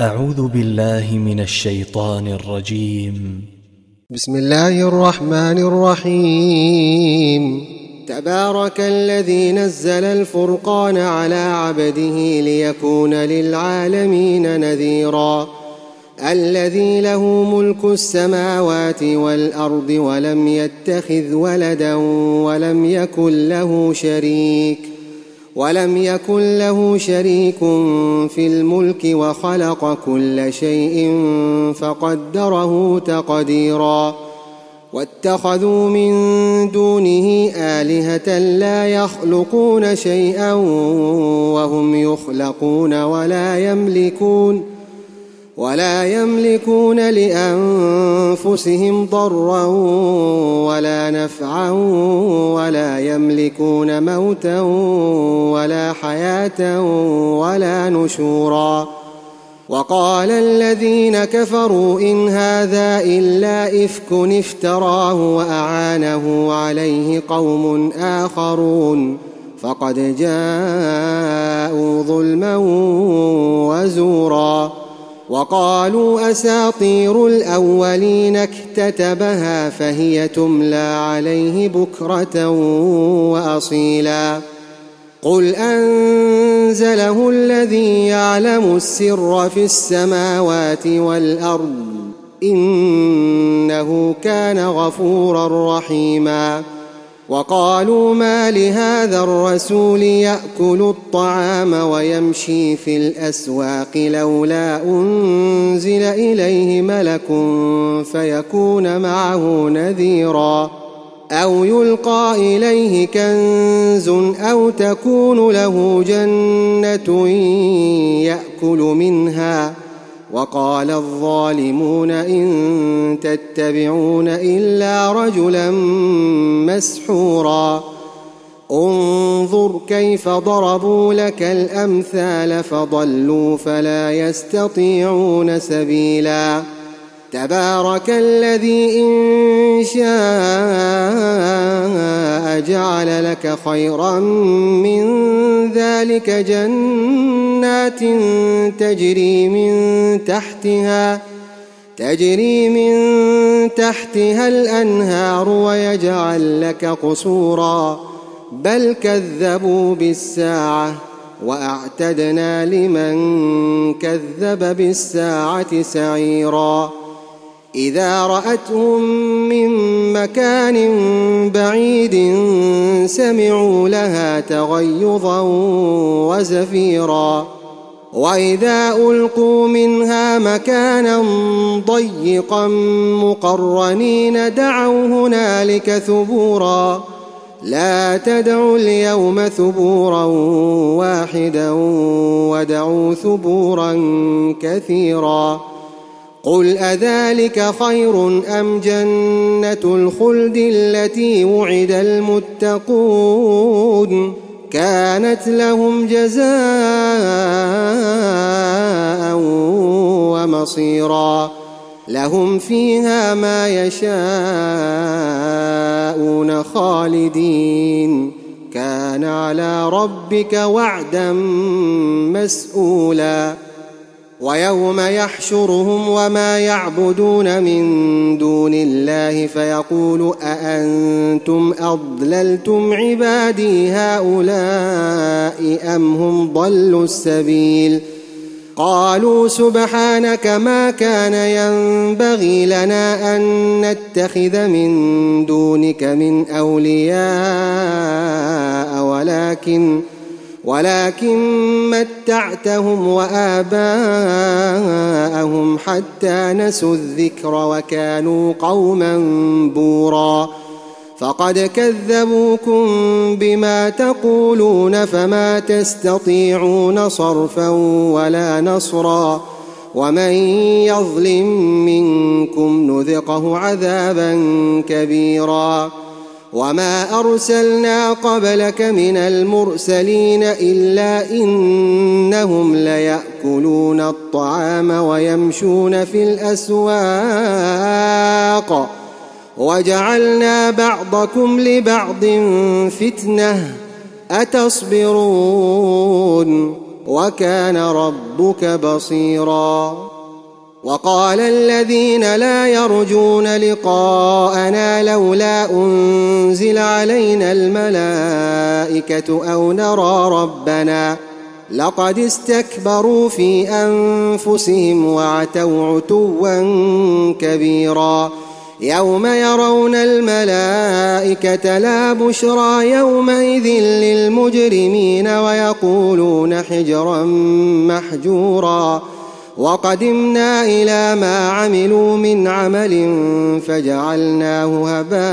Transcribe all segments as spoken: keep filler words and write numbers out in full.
أعوذ بالله من الشيطان الرجيم. بسم الله الرحمن الرحيم. تبارك الذي نزل الفرقان على عبده ليكون للعالمين نذيرا. الذي له ملك السماوات والأرض ولم يتخذ ولدا ولم يكن له شريك ولم يكن له شريك في الملك وخلق كل شيء فقدره تقديرا. واتخذوا من دونه آلهة لا يخلقون شيئا وهم يخلقون ولا يملكون ولا يملكون لأنفسهم ضرا ولا نفعا ولا يملكون موتا ولا حياة ولا نشورا. وقال الذين كفروا إن هذا إلا إفك افتراه وأعانه عليه قوم آخرون فقد جاءوا ظلما وزورا. وقالوا أساطير الأولين اكتتبها فهي تملى عليه بكرة وأصيلا. قل أنزله الذي يعلم السر في السماوات والأرض إنه كان غفورا رحيما. وقالوا ما لهذا الرسول يأكل الطعام ويمشي في الأسواق لولا أنزل إليه ملك فيكون معه نذيرا أو يلقى إليه كنز أو تكون له جنة يأكل منها. وقال الظالمون إن تتبعون إلا رجلا مسحورا. انظر كيف ضربوا لك الأمثال فضلوا فلا يستطيعون سبيلا. تبارك الذي إن شاء جعل لك خيرا من ذلك جنات تجري من تحتها تجري من تحتها الأنهار ويجعل لك قصورا بل كذبوا بالساعة وأعتدنا لمن كذب بالساعة سعيرا. إذا رأتهم من مكان بعيد سمعوا لها تغيظا وزفيرا. وإذا ألقوا منها مكانا ضيقا مقرنين دعوا هنالك ثبورا. لا تدعوا اليوم ثبورا واحدا ودعوا ثبورا كثيرا. قل أذلك خير أم جنة الخلد التي وعد المتقون كانت لهم جزاء ومصيرا. لهم فيها ما يشاءون خالدين كان على ربك وعدا مسئولا. ويوم يحشرهم وما يعبدون من دون الله فيقول أأنتم أضللتم عبادي هؤلاء أم هم ضلوا السبيل. قالوا سبحانك ما كان ينبغي لنا أن نتخذ من دونك من أولياء ولكن ولكن متعتهم وآباءهم حتى نسوا الذكر وكانوا قوما بورا. فقد كذبوكم بما تقولون فما تستطيعون صرفا ولا نصرا. ومن يظلم منكم نذقه عذابا كبيرا. وما أرسلنا قبلك من المرسلين إلا إنهم ليأكلون الطعام ويمشون في الأسواق وجعلنا بعضكم لبعض فتنة أتصبرون وكان ربك بصيرا. وقال الذين لا يرجون لقاءنا لولا أنزل علينا الملائكة أو نرى ربنا لقد استكبروا في أنفسهم وعتوا عتوا كبيرا. يوم يرون الملائكة لا بشرى يومئذ للمجرمين ويقولون حجرا محجورا. وقدمنا إلى ما عملوا من عمل فجعلناه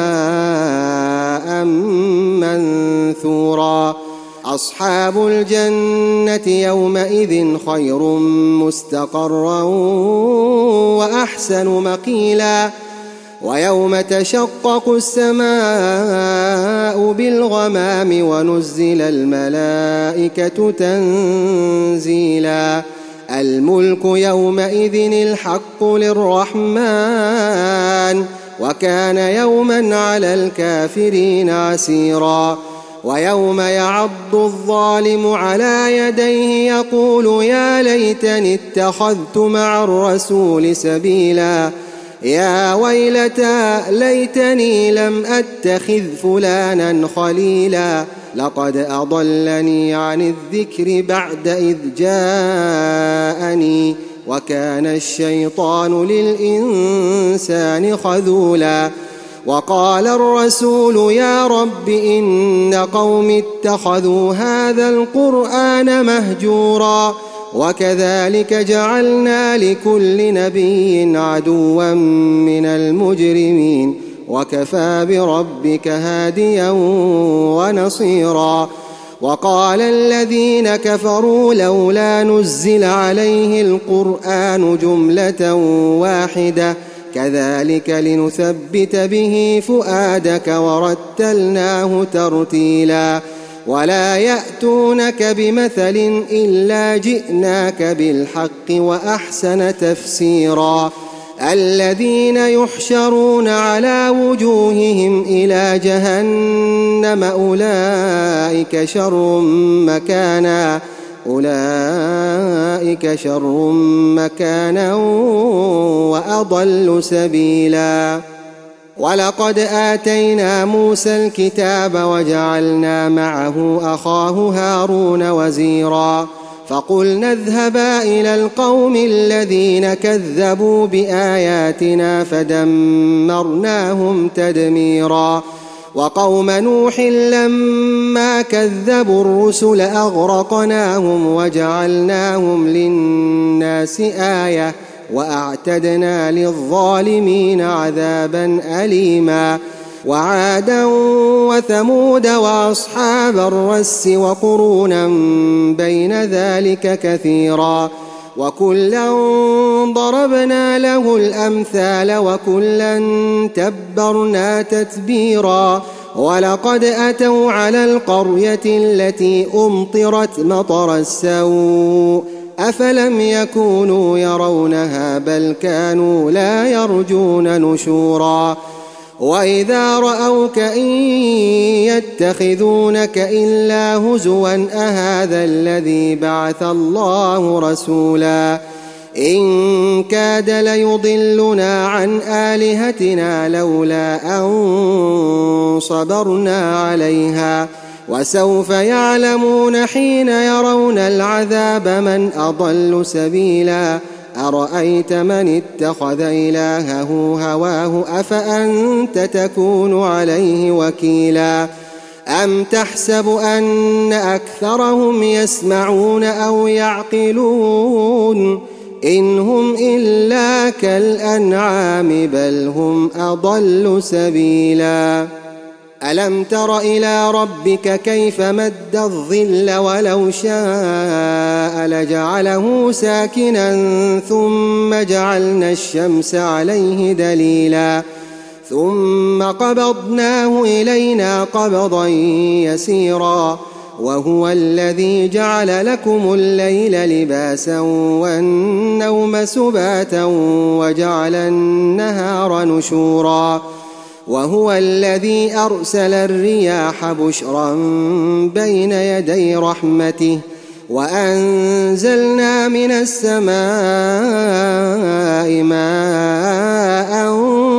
هباء منثورا. أصحاب الجنة يومئذ خير مستقرا وأحسن مقيلا. ويوم تشقق السماء بالغمام ونزل الملائكة تنزيلا. الملك يومئذ الحق للرحمن وكان يوما على الكافرين عسيرا. ويوم يعض الظالم على يديه يقول يا ليتني اتخذت مع الرسول سبيلا. يا ويلتى ليتني لم أتخذ فلانا خليلا لقد أضلني عن الذكر بعد إذ جاءني وكان الشيطان للإنسان خذولا. وقال الرسول يا رب إن قوم اتخذوا هذا القرآن مهجورا. وكذلك جعلنا لكل نبي عدوا من المجرمين وكفى بربك هاديا ونصيرا. وقال الذين كفروا لولا نزل عليه القرآن جملة واحدة كذلك لنثبت به فؤادك ورتلناه ترتيلا. ولا يأتونك بمثل إلا جئناك بالحق وأحسن تفسيرا. الذين يحشرون على وجوههم إلى جهنم أولئك شر مكانا أولئك شر مكانا وأضل سبيلا. ولقد آتينا موسى الكتاب وجعلنا معه أخاه هارون وزيرا. فقلنا اذهبا إلى القوم الذين كذبوا بآياتنا فدمرناهم تدميرا. وقوم نوح لما كذبوا الرسل أغرقناهم وجعلناهم للناس آية وأعتدنا للظالمين عذابا أليما. وعادا وثمود وأصحاب الرس وقرونا بين ذلك كثيرا. وكلا ضربنا له الأمثال وكلا تبرنا تتبيرا. ولقد أتوا على القرية التي أمطرت مطر السوء أفلم يكونوا يرونها بل كانوا لا يرجون نشورا. وإذا رأوك إن يتخذونك إلا هزوا أهذا الذي بعث الله رسولا. إن كاد ليضلنا عن آلهتنا لولا أن صبرنا عليها. وسوف يعلمون حين يرون العذاب من أضل سبيلا. أرأيت من اتخذ إلهه هواه أفأنت تكون عليه وكيلا. أم تحسب أن أكثرهم يسمعون أو يعقلون إن هم إلا كالأنعام بل هم أضل سبيلا. ألم تر إلى ربك كيف مد الظل ولو شاء لجعله ساكنا ثم جعلنا الشمس عليه دليلا ثم قبضناه إلينا قبضا يسيرا. وهو الذي جعل لكم الليل لباسا والنوم سباتا وجعل النهار نشورا. وهو الذي أرسل الرياح بشرا بين يدي رحمته وأنزلنا من السماء ماء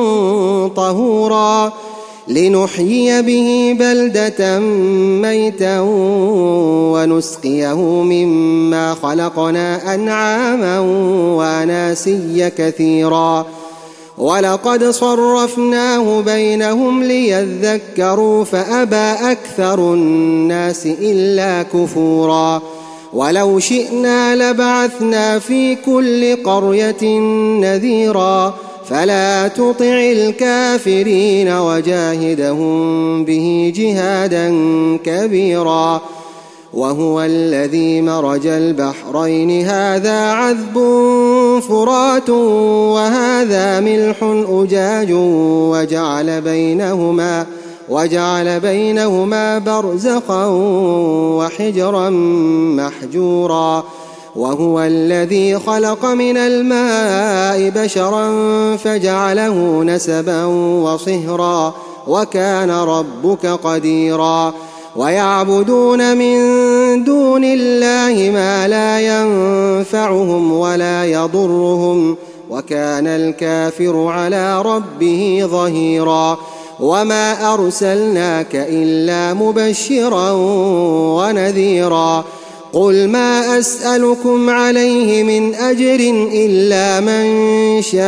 طهورا لنحيي به بلدة ميتا ونسقيه مما خلقنا أنعاما وأناسيا كثيرا ولقد صرفناه بينهم ليذكروا فأبى أكثر الناس إلا كفورا ولو شئنا لبعثنا في كل قرية نذيرا فلا تطع الكافرين وجاهدهم به جهادا كبيرا وهو الذي مرج البحرين هذا عذب فرات وهذا ملح أجاج وجعل بينهما وجعل بينهما برزخا وحجرا محجورا وهو الذي خلق من الماء بشرا فجعله نسبا وصهرا وكان ربك قديرا ويعبدون من دون الله ما لا ينفعهم ولا يضرهم وكان الكافر على ربه ظهيرا وما أرسلناك إلا مبشرا ونذيرا قل ما أسألكم عليه من أجر إلا من شاء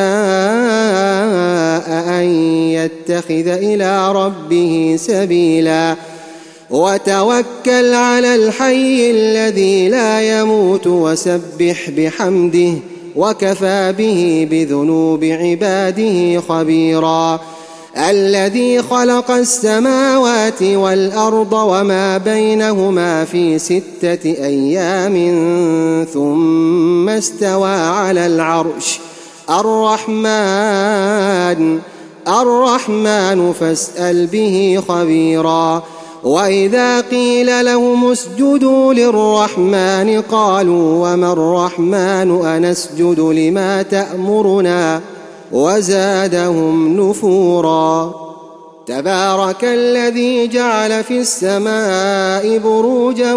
أن يتخذ إلى ربه سبيلا وتوكل على الحي الذي لا يموت وسبح بحمده وكفى به بذنوب عباده خبيرا الذي خلق السماوات والأرض وما بينهما في ستة أيام ثم استوى على العرش الرحمن الرحمن فاسأل به خبيرا وإذا قيل لهم اسجدوا للرحمن قالوا وما الرحمن أنسجد لما تأمرنا وزادهم نفورا تبارك الذي جعل في السماء بروجا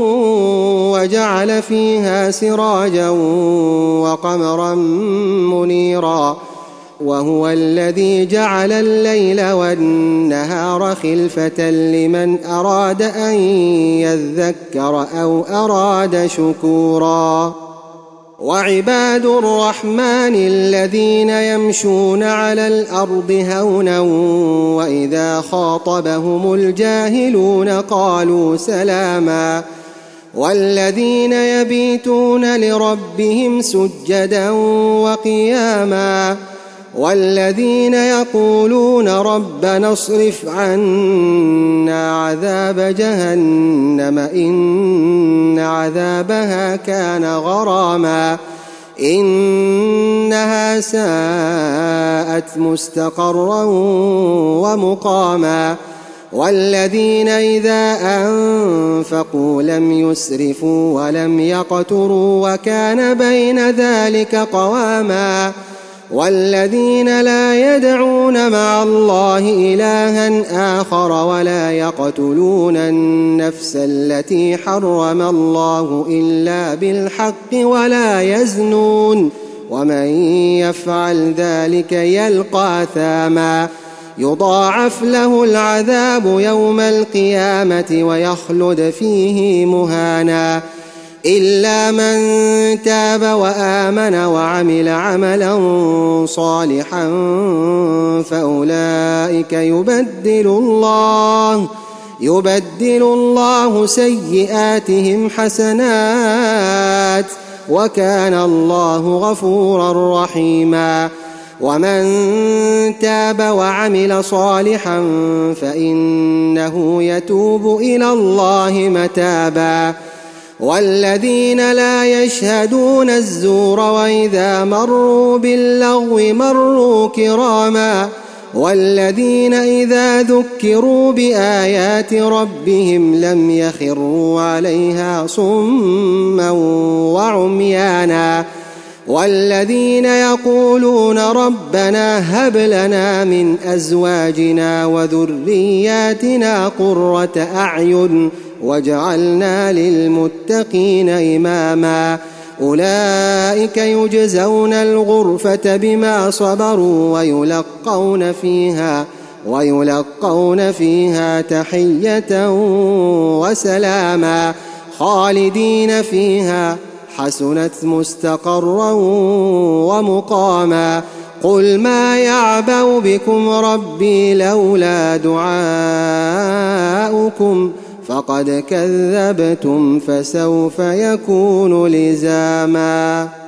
وجعل فيها سراجا وقمرا منيرا وهو الذي جعل الليل والنهار خلفة لمن أراد أن يذكر أو أراد شكورا وعباد الرحمن الذين يمشون على الأرض هونا وإذا خاطبهم الجاهلون قالوا سلاما والذين يبيتون لربهم سجدا وقياما والذين يقولون ربنا اصرف عنا عذاب جهنم إن عذابها كان غراما إنها ساءت مستقرا ومقاما والذين إذا أنفقوا لم يسرفوا ولم يقتروا وكان بين ذلك قواما والذين لا يدعون مع الله إلها آخر ولا يقتلون النفس التي حرم الله إلا بالحق ولا يزنون ومن يفعل ذلك يلقى أثاما يضاعف له العذاب يوم القيامة ويخلد فيه مهانا إلا من تاب وآمن وعمل عملا صالحا فأولئك يبدل الله يبدل الله سيئاتهم حسنات وكان الله غفورا رحيما ومن تاب وعمل صالحا فإنه يتوب إلى الله متابا والذين لا يشهدون الزور وإذا مروا باللغو مروا كراما والذين إذا ذكروا بآيات ربهم لم يخروا عليها صما وعميانا والذين يقولون ربنا هب لنا من أزواجنا وذرياتنا قرة أعين وجعلنا للمتقين إماما أولئك يجزون الغرفة بما صبروا ويلقون فيها ويلقون فيها تحية وسلاما خالدين فيها حسنت مستقرا ومقاما قل ما يعبأ بكم ربي لولا دعاؤكم فقد كذبتم فسوف يكون لزاما.